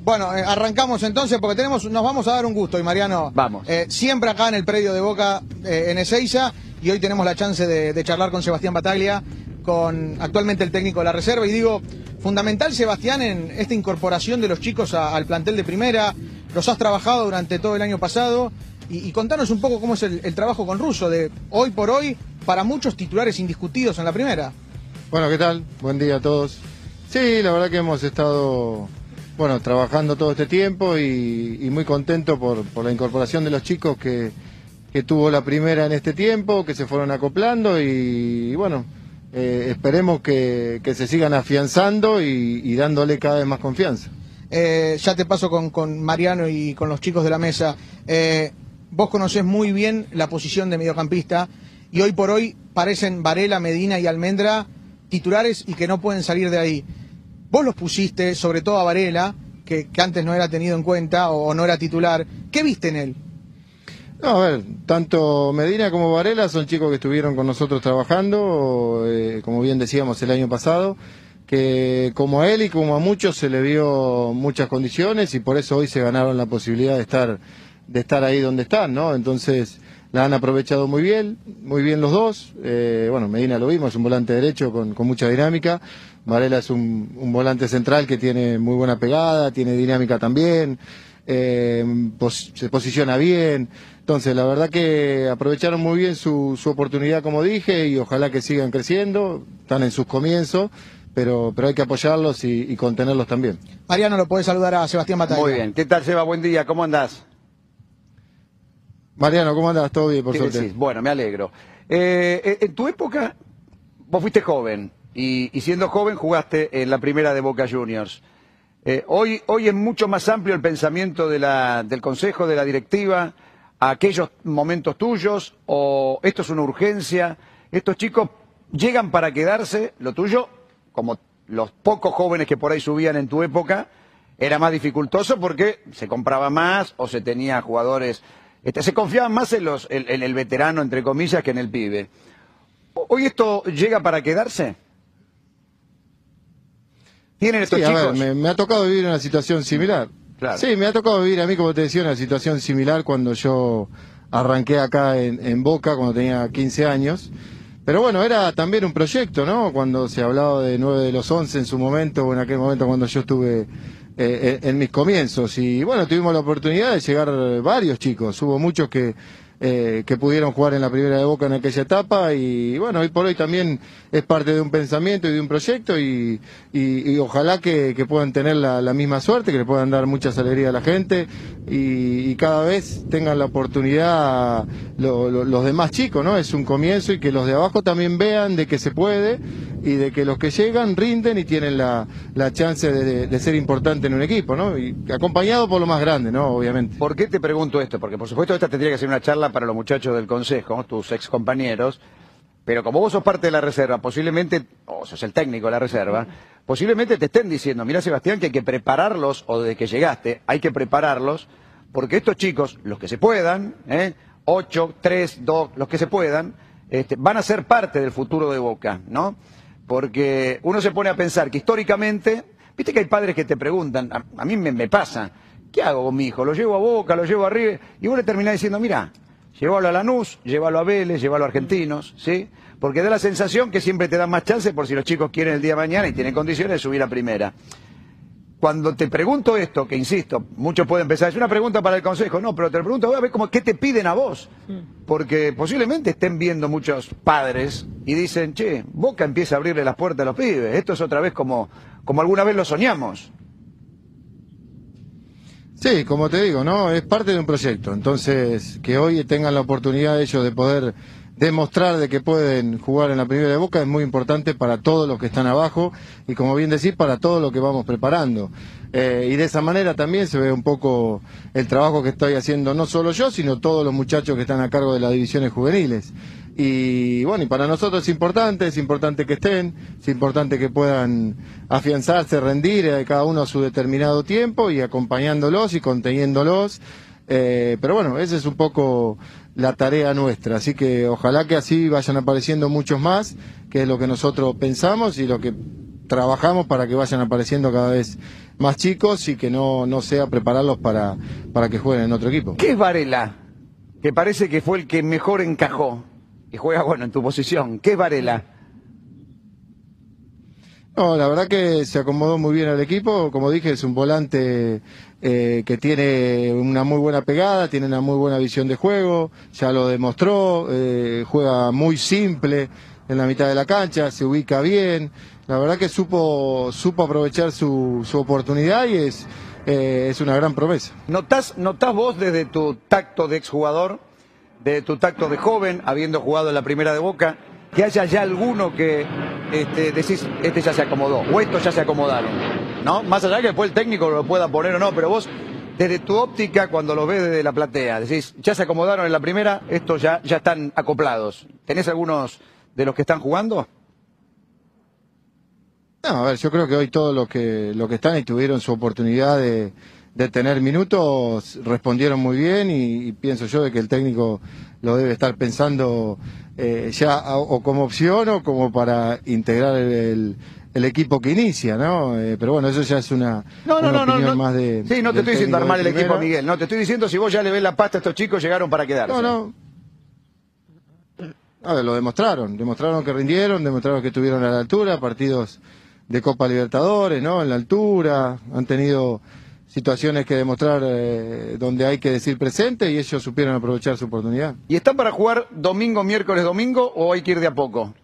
Bueno, arrancamos entonces porque nos vamos a dar un gusto, y Mariano. Vamos. Siempre acá en el predio de Boca, en Ezeiza, y hoy tenemos la chance de charlar con Sebastián Battaglia, con actualmente el técnico de la reserva. Y digo, fundamental, Sebastián, en esta incorporación de los chicos al plantel de primera. Los has trabajado durante todo el año pasado. Y contanos un poco cómo es el trabajo con Russo, de hoy por hoy, para muchos titulares indiscutidos en la primera. Bueno, ¿qué tal? Buen día a todos. Sí, la verdad que hemos estado trabajando todo este tiempo y muy contento por la incorporación de los chicos que tuvo la primera en este tiempo, que se fueron acoplando y esperemos que se sigan afianzando y dándole cada vez más confianza. Ya te paso con Mariano y con los chicos de la mesa. Vos conocés muy bien la posición de mediocampista y hoy por hoy parecen Varela, Medina y Almendra titulares y que no pueden salir de ahí. Vos los pusiste, sobre todo a Varela, que antes no era tenido en cuenta o no era titular. ¿Qué viste en él? No, a ver, tanto Medina como Varela son chicos que estuvieron con nosotros trabajando, como bien decíamos el año pasado, que como a él y como a muchos se le dio muchas condiciones y por eso hoy se ganaron la posibilidad de estar ahí donde están, ¿no? Entonces la han aprovechado muy bien los dos. Medina lo vimos, es un volante derecho con mucha dinámica. Varela es un volante central que tiene muy buena pegada, tiene dinámica también, se posiciona bien. Entonces la verdad que aprovecharon muy bien su oportunidad, como dije, y ojalá que sigan creciendo. Están en sus comienzos, pero hay que apoyarlos y contenerlos también. Mariano, lo podés saludar a Sebastián Battaglia. Muy bien. ¿Qué tal, Seba? Buen día. ¿Cómo andás? Mariano, ¿cómo andás? ¿Todo bien, por suerte? Decís? Bueno, me alegro. En tu época, vos fuiste joven y siendo joven jugaste en la primera de Boca Juniors. Hoy es mucho más amplio el pensamiento del Consejo, de la directiva, a aquellos momentos tuyos, o esto es una urgencia. Estos chicos llegan para quedarse. Lo tuyo, como los pocos jóvenes que por ahí subían en tu época, era más dificultoso porque se compraba más o se tenía jugadores... se confiaban más en el veterano, entre comillas, que en el pibe. ¿Hoy esto llega para quedarse? ¿Tienen estos chicos? A ver, me ha tocado vivir una situación similar. Claro. Sí, me ha tocado vivir a mí, como te decía, una situación similar cuando yo arranqué acá en Boca, cuando tenía 15 años. Pero bueno, era también un proyecto, ¿no? Cuando se hablaba de 9 de los 11 en su momento, o en aquel momento cuando yo estuve en mis comienzos. Y bueno, tuvimos la oportunidad de llegar varios chicos. Hubo muchos que pudieron jugar en la primera de Boca en aquella etapa. Y bueno, hoy por hoy también es parte de un pensamiento y de un proyecto. Y ojalá que puedan tener la misma suerte, que le puedan dar muchas alegrías a la gente. Y cada vez tengan la oportunidad los demás chicos, ¿no? Es un comienzo y que los de abajo también vean de que se puede y de que los que llegan rinden y tienen la chance de ser importante en un equipo, ¿no? Y acompañado por lo más grande, ¿no? Obviamente. ¿Por qué te pregunto esto? Porque por supuesto esta tendría que ser una charla para los muchachos del Consejo, tus ex compañeros, pero como vos sos parte de la reserva, posiblemente, o sos el técnico de la reserva, posiblemente te estén diciendo, mirá, Sebastián, que hay que prepararlos, o desde que llegaste, hay que prepararlos, porque estos chicos, los que se puedan, 8, 3, 2, los que se puedan, van a ser parte del futuro de Boca, ¿no? Porque uno se pone a pensar que históricamente, viste que hay padres que te preguntan, a mí me pasa, ¿qué hago con mi hijo? Lo llevo a Boca, lo llevo a River, y vos le terminás diciendo, mirá, llévalo a Lanús, llévalo a Vélez, llévalo a Argentinos, ¿sí? Porque da la sensación que siempre te dan más chance por si los chicos quieren el día de mañana y tienen condiciones de subir a primera. Cuando te pregunto esto, que insisto, muchos pueden pensar, es una pregunta para el Consejo, no, pero te lo pregunto, a ver ¿qué te piden a vos? Porque posiblemente estén viendo muchos padres y dicen, che, Boca empieza a abrirle las puertas a los pibes, esto es otra vez como alguna vez lo soñamos. Sí, como te digo, ¿no? Es parte de un proyecto, entonces que hoy tengan la oportunidad ellos de poder demostrar de que pueden jugar en la primera de Boca es muy importante para todos los que están abajo y, como bien decís, para todo lo que vamos preparando. Y de esa manera también se ve un poco el trabajo que estoy haciendo no solo yo, sino todos los muchachos que están a cargo de las divisiones juveniles. Y bueno, y para nosotros es importante que estén, es importante que puedan afianzarse, rendir cada uno a su determinado tiempo y acompañándolos y conteniéndolos. Pero bueno, esa es un poco la tarea nuestra, así que ojalá que así vayan apareciendo muchos más, que es lo que nosotros pensamos y lo que trabajamos para que vayan apareciendo cada vez más chicos y que no sea prepararlos para que jueguen en otro equipo. ¿Qué es Varela? Que parece que fue el que mejor encajó y juega, bueno, en tu posición. ¿Qué es Varela? No, la verdad que se acomodó muy bien al equipo. Como dije, es un volante que tiene una muy buena pegada, tiene una muy buena visión de juego, ya lo demostró, juega muy simple en la mitad de la cancha, se ubica bien. La verdad que supo aprovechar su oportunidad y es una gran promesa. ¿Notás vos desde tu tacto de exjugador, desde tu tacto de joven, habiendo jugado en la primera de Boca, que haya ya alguno que decís, este ya se acomodó, o estos ya se acomodaron, ¿no? Más allá que después el técnico lo pueda poner o no, pero vos, desde tu óptica, cuando lo ves desde la platea, decís, ya se acomodaron en la primera, estos ya están acoplados. ¿Tenés algunos de los que están jugando? No, a ver, yo creo que hoy todos los que están y tuvieron su oportunidad de tener minutos respondieron muy bien y pienso yo de que el técnico lo debe estar pensando ya o como opción o como para integrar el equipo que inicia, ¿no? Pero bueno, eso ya es una opinión más de... Sí, no te estoy diciendo armar el equipo, Miguel, no, te estoy diciendo si vos ya le ves la pasta a estos chicos, llegaron para quedarse. No. A ver, lo demostraron que rindieron, demostraron que estuvieron a la altura, partidos de Copa Libertadores, ¿no? En la altura, han tenido situaciones que demostrar donde hay que decir presente y ellos supieron aprovechar su oportunidad. ¿Y están para jugar domingo, miércoles, domingo o hay que ir de a poco?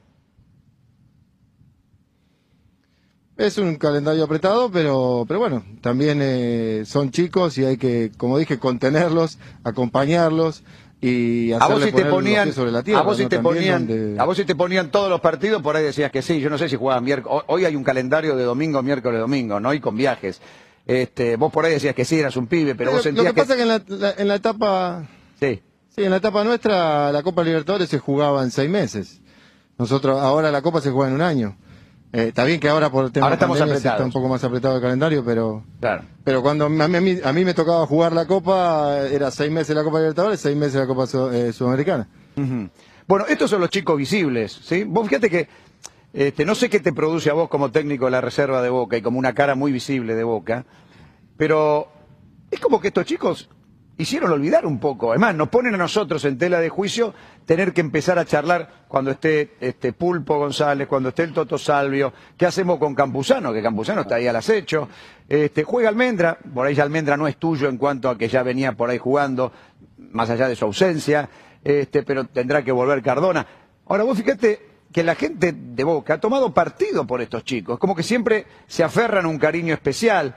Es un calendario apretado, pero bueno, también son chicos y hay que, como dije, contenerlos, acompañarlos y hacerle poner los pies sobre la tierra. A vos si te ponían todos los partidos, por ahí decías que sí. Yo no sé si jugaban miércoles. Hoy hay un calendario de domingo, miércoles, domingo, ¿no? Y con viajes. Vos por ahí decías que sí, eras un pibe, pero vos sentías lo que pasa es que en la etapa... Sí. Sí, en la etapa nuestra, la Copa Libertadores se jugaba en 6 meses. Nosotros, ahora la Copa se juega en un año. Está bien que ahora por el tema de pandemia está un poco más apretado el calendario, pero claro. Pero cuando a mí me tocaba jugar la Copa, era 6 meses la Copa Libertadores, 6 meses la Copa Sudamericana. Bueno, estos son los chicos visibles, ¿sí? Vos fíjate que no sé qué te produce a vos como técnico de la reserva de Boca y como una cara muy visible de Boca, pero es como que estos chicos hicieron olvidar un poco. Además, nos ponen a nosotros en tela de juicio tener que empezar a charlar cuando esté Pulpo González, cuando esté el Toto Salvio. ¿Qué hacemos con Campuzano? Que Campuzano está ahí al acecho. Juega Almendra, por ahí ya Almendra no es tuyo en cuanto a que ya venía por ahí jugando, más allá de su ausencia, pero tendrá que volver Cardona. Ahora, vos fíjate que la gente de Boca ha tomado partido por estos chicos, como que siempre se aferran a un cariño especial.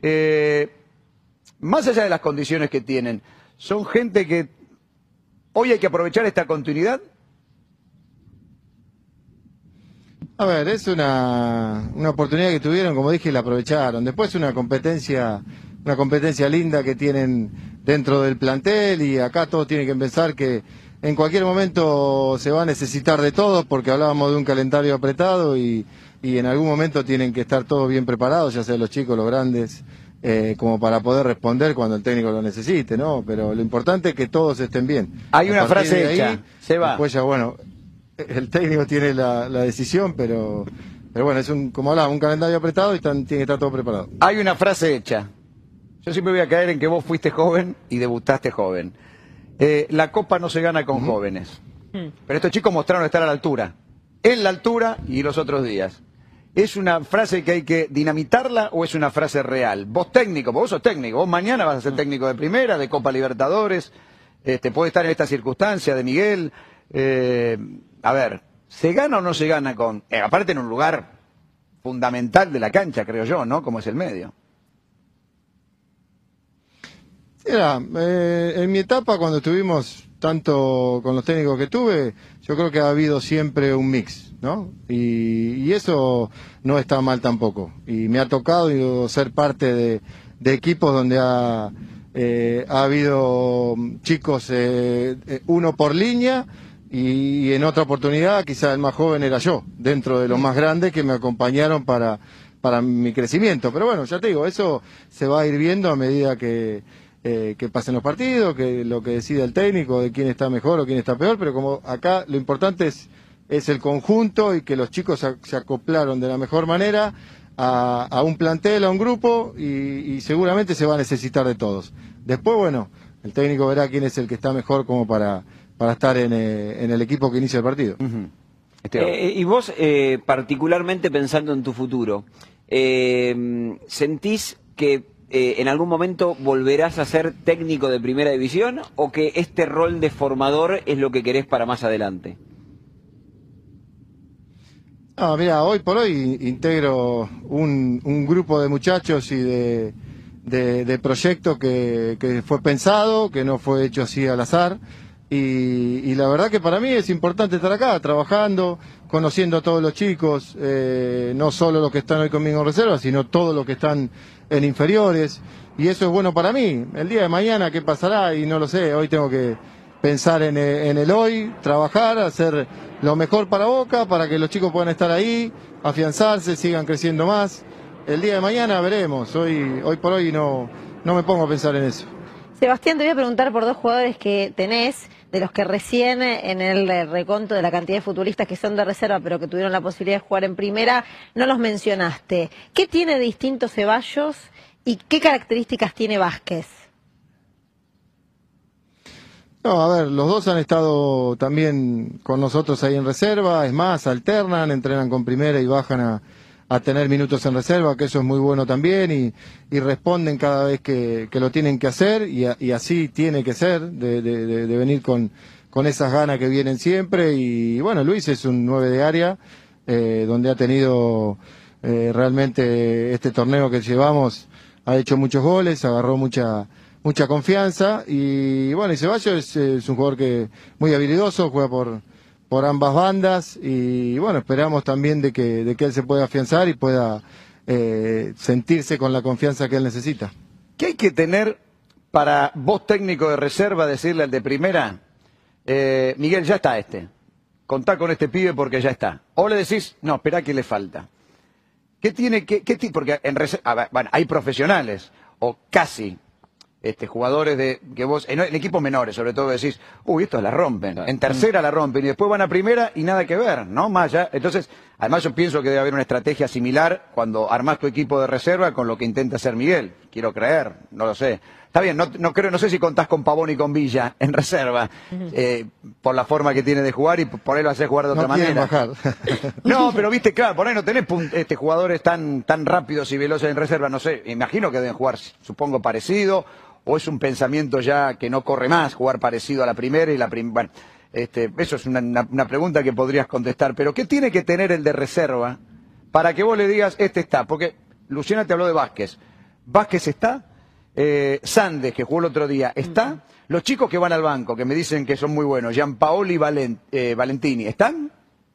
Más allá de las condiciones que tienen, son gente que hoy hay que aprovechar esta continuidad. A ver, es una oportunidad que tuvieron, como dije, y la aprovecharon. Después una competencia linda que tienen dentro del plantel y acá todos tienen que pensar que en cualquier momento se va a necesitar de todos porque hablábamos de un calendario apretado y en algún momento tienen que estar todos bien preparados, ya sea los chicos, los grandes. Como para poder responder cuando el técnico lo necesite, ¿no? Pero lo importante es que todos estén bien. Hay una frase hecha, se va. Después ya, bueno, el técnico tiene la decisión, pero bueno, es como hablaba, un calendario apretado y tiene que estar todo preparado. Hay una frase hecha. Yo siempre voy a caer en que vos fuiste joven y debutaste joven. La Copa no se gana con jóvenes. Pero estos chicos mostraron estar a la altura. En la altura y los otros días. ¿Es una frase que hay que dinamitarla o es una frase real? Vos técnico, vos sos técnico, vos mañana vas a ser técnico de primera, de Copa Libertadores, puede estar en esta circunstancia de Miguel. A ver, ¿se gana o no se gana con...? Aparte en un lugar fundamental de la cancha, creo yo, ¿no? Como es el medio. Mira, en mi etapa cuando estuvimos tanto con los técnicos que tuve, yo creo que ha habido siempre un mix, ¿no? Y eso no está mal tampoco. Y me ha tocado ser parte de equipos donde ha habido chicos, uno por línea, y en otra oportunidad quizá el más joven era yo, dentro de los más grandes que me acompañaron para mi crecimiento. Pero bueno, ya te digo, eso se va a ir viendo a medida que pasen los partidos, que lo que decida el técnico de quién está mejor o quién está peor, pero como acá lo importante es es el conjunto y que los chicos se acoplaron de la mejor manera a un plantel, a un grupo y seguramente se va a necesitar de todos. Después, bueno, el técnico verá quién es el que está mejor como para estar en el equipo que inicia el partido. Y vos, particularmente pensando en tu futuro, ¿sentís que en algún momento volverás a ser técnico de primera división o que este rol de formador es lo que querés para más adelante? No, mira, hoy por hoy integro un grupo de muchachos y de proyecto que fue pensado, que no fue hecho así al azar. Y la verdad que para mí es importante estar acá, trabajando, conociendo a todos los chicos, no solo los que están hoy conmigo en reserva, sino todos los que están en inferiores. Y eso es bueno para mí. El día de mañana, ¿qué pasará? Y no lo sé, hoy tengo que pensar en el hoy, trabajar, hacer lo mejor para Boca, para que los chicos puedan estar ahí, afianzarse, sigan creciendo más. El día de mañana veremos, hoy por hoy no me pongo a pensar en eso. Sebastián, te voy a preguntar por dos jugadores que tenés, de los que recién en el reconto de la cantidad de futbolistas que son de reserva, pero que tuvieron la posibilidad de jugar en primera, no los mencionaste. ¿Qué tiene de distinto Ceballos y qué características tiene Vázquez? No, a ver, los dos han estado también con nosotros ahí en reserva, es más, alternan, entrenan con primera y bajan a tener minutos en reserva, que eso es muy bueno también, y responden cada vez que lo tienen que hacer, y así tiene que ser, de venir con esas ganas que vienen siempre. Y bueno, Luis es un 9 de área, donde ha tenido realmente este torneo que llevamos, ha hecho muchos goles, agarró mucha confianza, y bueno, y Ceballos es un jugador que muy habilidoso, juega por ambas bandas, y bueno, esperamos también de que él se pueda afianzar y pueda sentirse con la confianza que él necesita. ¿Qué hay que tener para vos, técnico de reserva, decirle al de primera, Miguel, ya está contá con este pibe porque ya está? O le decís, no, esperá que le falta. ¿Qué tiene porque en reserva, bueno, hay profesionales, o casi, jugadores que vos, en equipos menores sobre todo, decís, uy, estos la rompen, en tercera la rompen y después van a primera y nada que ver, ¿no? Más allá. Entonces, además yo pienso que debe haber una estrategia similar cuando armás tu equipo de reserva con lo que intenta hacer Miguel. Quiero creer, no lo sé. Está bien, no sé si contás con Pavón y con Villa en reserva, por la forma que tiene de jugar y por ahí lo hacés jugar de otra manera. Bajar. No, pero viste, claro, por ahí no tenés jugadores tan rápidos y veloces en reserva, no sé, imagino que deben jugar, supongo, parecido. ¿O es un pensamiento ya que no corre más, jugar parecido a la primera y bueno, eso es una pregunta que podrías contestar, pero ¿qué tiene que tener el de reserva para que vos le digas, está? Porque Luciana te habló de Vázquez. Vázquez está, Sandes, que jugó el otro día, está, los chicos que van al banco, que me dicen que son muy buenos, Gianpaoli y Valentini, ¿están?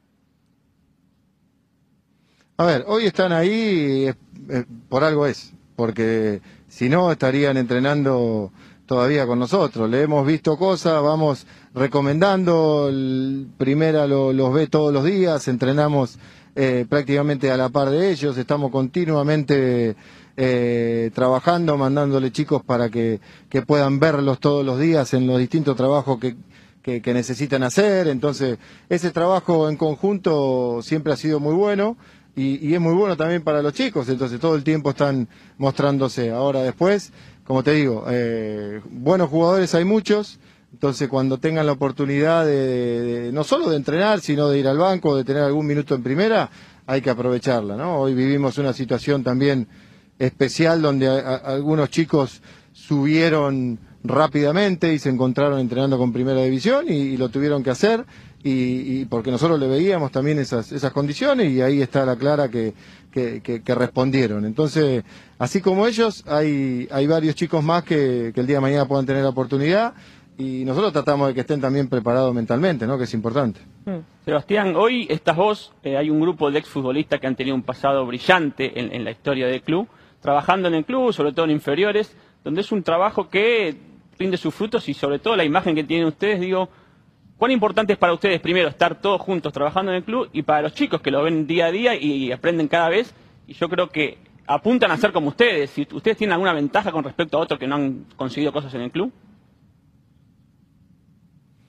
A ver, hoy están ahí, por algo es, porque si no estarían entrenando todavía con nosotros. Le hemos visto cosas, vamos recomendando, primera los ve todos los días, entrenamos prácticamente a la par de ellos, estamos continuamente trabajando, mandándole chicos para que puedan verlos todos los días en los distintos trabajos que necesitan hacer. Entonces, ese trabajo en conjunto siempre ha sido muy bueno. Y es muy bueno también para los chicos, entonces todo el tiempo están mostrándose. Ahora después, como te digo, buenos jugadores hay muchos, entonces cuando tengan la oportunidad no solo de entrenar, sino de ir al banco, de tener algún minuto en primera, hay que aprovecharla, ¿no? Hoy vivimos una situación también especial donde algunos chicos subieron rápidamente y se encontraron entrenando con primera división y lo tuvieron que hacer. Y porque nosotros le veíamos también esas condiciones y ahí está la clara que respondieron. Entonces, así como ellos, hay varios chicos más que el día de mañana puedan tener la oportunidad y nosotros tratamos de que estén también preparados mentalmente, ¿no? Que es importante. Sebastián, hoy estás vos, hay un grupo de exfutbolistas que han tenido un pasado brillante en la historia del club, trabajando en el club, sobre todo en inferiores, donde es un trabajo que rinde sus frutos y sobre todo la imagen que tienen ustedes, digo, ¿cuán importante es para ustedes, primero, estar todos juntos trabajando en el club y para los chicos que lo ven día a día y aprenden cada vez? Y yo creo que apuntan a ser como ustedes. Si ustedes tienen alguna ventaja con respecto a otros que no han conseguido cosas en el club.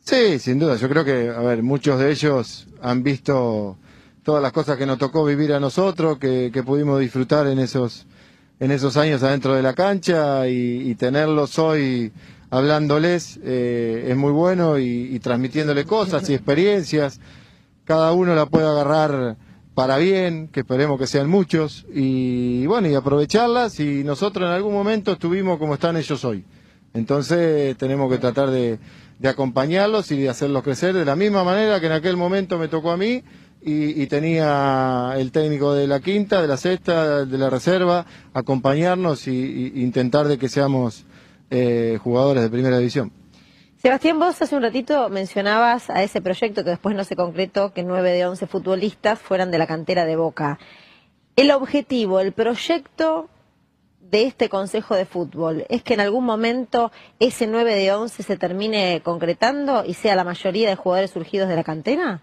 Sí, sin duda. Yo creo que, a ver, muchos de ellos han visto todas las cosas que nos tocó vivir a nosotros, que pudimos disfrutar en esos años adentro de la cancha y tenerlos hoy hablándoles es muy bueno y transmitiéndole cosas y experiencias. Cada uno la puede agarrar para bien, que esperemos que sean muchos, y bueno, y aprovecharlas, y nosotros en algún momento estuvimos como están ellos hoy. Entonces tenemos que tratar de acompañarlos y de hacerlos crecer de la misma manera que en aquel momento me tocó a mí, y tenía el técnico de la quinta, de la sexta, de la reserva, acompañarnos y intentar de que seamos jugadores de primera división. Sebastián, vos hace un ratito mencionabas a ese proyecto que después no se concretó, que 9 de 11 futbolistas fueran de la cantera de Boca. El objetivo, el proyecto de este Consejo de Fútbol, ¿es que en algún momento ese 9 de 11 se termine concretando y sea la mayoría de jugadores surgidos de la cantera?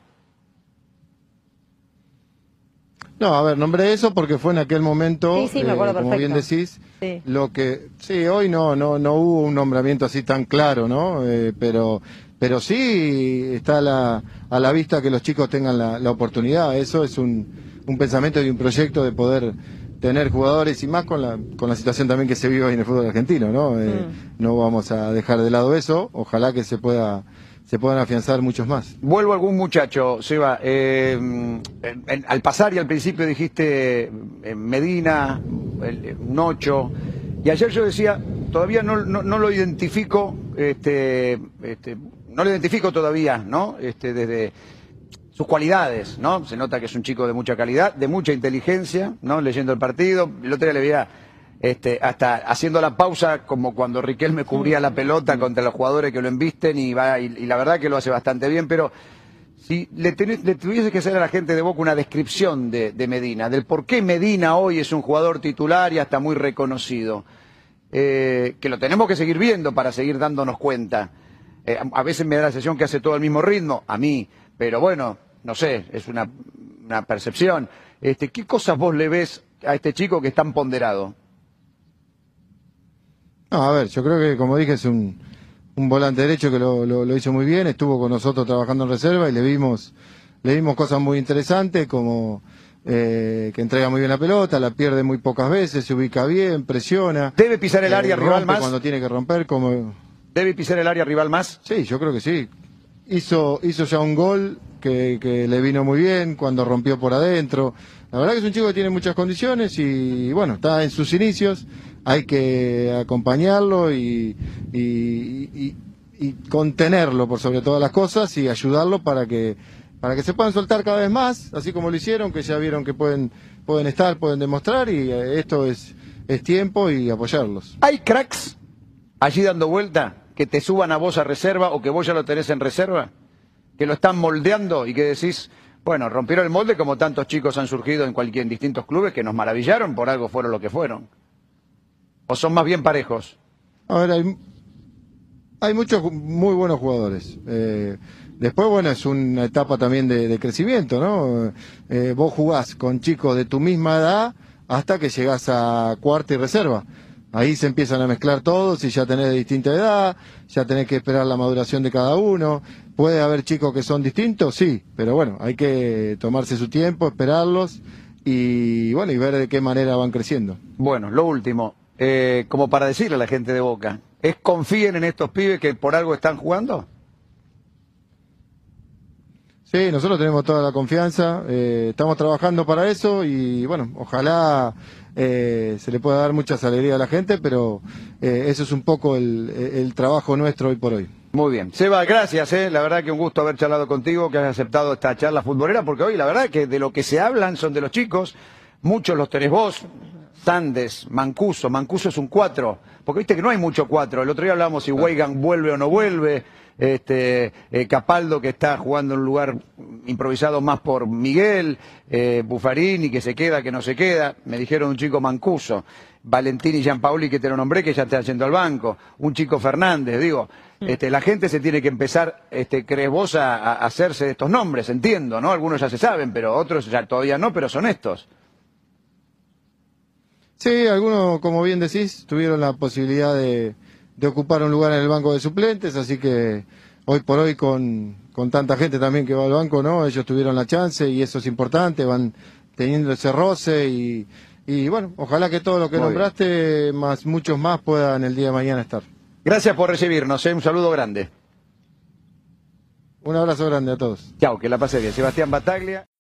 No, a ver, nombré eso porque fue en aquel momento, Sí, me acuerdo como bien perfecto. decís, Sí. sí, hoy no hubo un nombramiento así tan claro, ¿no? Pero sí está a la vista que los chicos tengan la oportunidad. Eso es un pensamiento y un proyecto de poder tener jugadores, y más con la situación también que se vive hoy en el fútbol argentino, ¿no? No vamos a dejar de lado eso. Ojalá que se puedan afianzar muchos más. Vuelvo a algún muchacho, Seba. Al pasar y al principio dijiste Medina, un 8. Y ayer yo decía, todavía no lo identifico, no lo identifico todavía, ¿no? Desde sus cualidades, ¿no? Se nota que es un chico de mucha calidad, de mucha inteligencia, ¿no? Leyendo el partido. El otro día le veía hasta haciendo la pausa como cuando Riquelme cubría la pelota contra los jugadores que lo embisten, y la verdad que lo hace bastante bien. Pero si le tuviese que hacer a la gente de Boca una descripción de Medina, del por qué Medina hoy es un jugador titular y hasta muy reconocido, que lo tenemos que seguir viendo para seguir dándonos cuenta. A veces me da la sensación que hace todo al mismo ritmo, a mí, pero bueno, no sé, es una percepción. ¿Qué cosas vos le ves a este chico que es tan ponderado? No, a ver, yo creo que, como dije, es un volante derecho que lo hizo muy bien, estuvo con nosotros trabajando en reserva y le vimos cosas muy interesantes, como que entrega muy bien la pelota, la pierde muy pocas veces, se ubica bien, presiona. ¿Debe pisar el área rival más? Cuando tiene que romper, como... ¿Debe pisar el área rival más? Sí, yo creo que sí. Hizo ya un gol que le vino muy bien cuando rompió por adentro. La verdad que es un chico que tiene muchas condiciones y bueno, está en sus inicios. Hay que acompañarlo y contenerlo por sobre todas las cosas y ayudarlo para que se puedan soltar cada vez más, así como lo hicieron, que ya vieron que pueden estar, pueden demostrar, y esto es tiempo y apoyarlos. ¿Hay cracks allí dando vuelta que te suban a vos a reserva o que vos ya lo tenés en reserva? Que lo están moldeando y que decís, bueno, rompieron el molde como tantos chicos han surgido en distintos clubes que nos maravillaron, por algo fueron lo que fueron. ¿O son más bien parejos? A ver, hay muchos muy buenos jugadores. Después, bueno, es una etapa también de crecimiento, ¿no? Vos jugás con chicos de tu misma edad hasta que llegás a cuarta y reserva. Ahí se empiezan a mezclar todos y ya tenés de distinta edad, ya tenés que esperar la maduración de cada uno. ¿Puede haber chicos que son distintos? Sí, pero bueno, hay que tomarse su tiempo, esperarlos y bueno, y ver de qué manera van creciendo. Bueno, lo último, como para decirle a la gente de Boca, ¿es confíen en estos pibes que por algo están jugando? Sí, nosotros tenemos toda la confianza, estamos trabajando para eso y bueno, ojalá se le pueda dar muchas alegrías a la gente, pero eso es un poco el trabajo nuestro hoy por hoy. Muy bien. Seba, gracias, la verdad que un gusto haber charlado contigo, que has aceptado esta charla futbolera, porque hoy la verdad que de lo que se hablan son de los chicos, muchos los tenés vos, Sandes, Mancuso es un 4, porque viste que no hay mucho 4, el otro día hablábamos si Weigan vuelve o no vuelve, Capaldo que está jugando en un lugar improvisado más por Miguel, Buffarini que se queda, que no se queda, me dijeron un chico Mancuso, Valentini y Gianpaoli que te lo nombré que ya está yendo al banco, un chico Fernández, digo, la gente se tiene que empezar, crees vos, a hacerse de estos nombres, entiendo, ¿no? Algunos ya se saben, pero otros ya todavía no, pero son estos. Sí, algunos, como bien decís, tuvieron la posibilidad de ocupar un lugar en el banco de suplentes, así que hoy por hoy con tanta gente también que va al banco, ¿no? Ellos tuvieron la chance y eso es importante, van teniendo ese roce y bueno, ojalá que todo lo que Muy nombraste, más muchos más, puedan el día de mañana estar. Gracias por recibirnos, un saludo grande. Un abrazo grande a todos. Chao, que la pase bien. Sebastián Battaglia.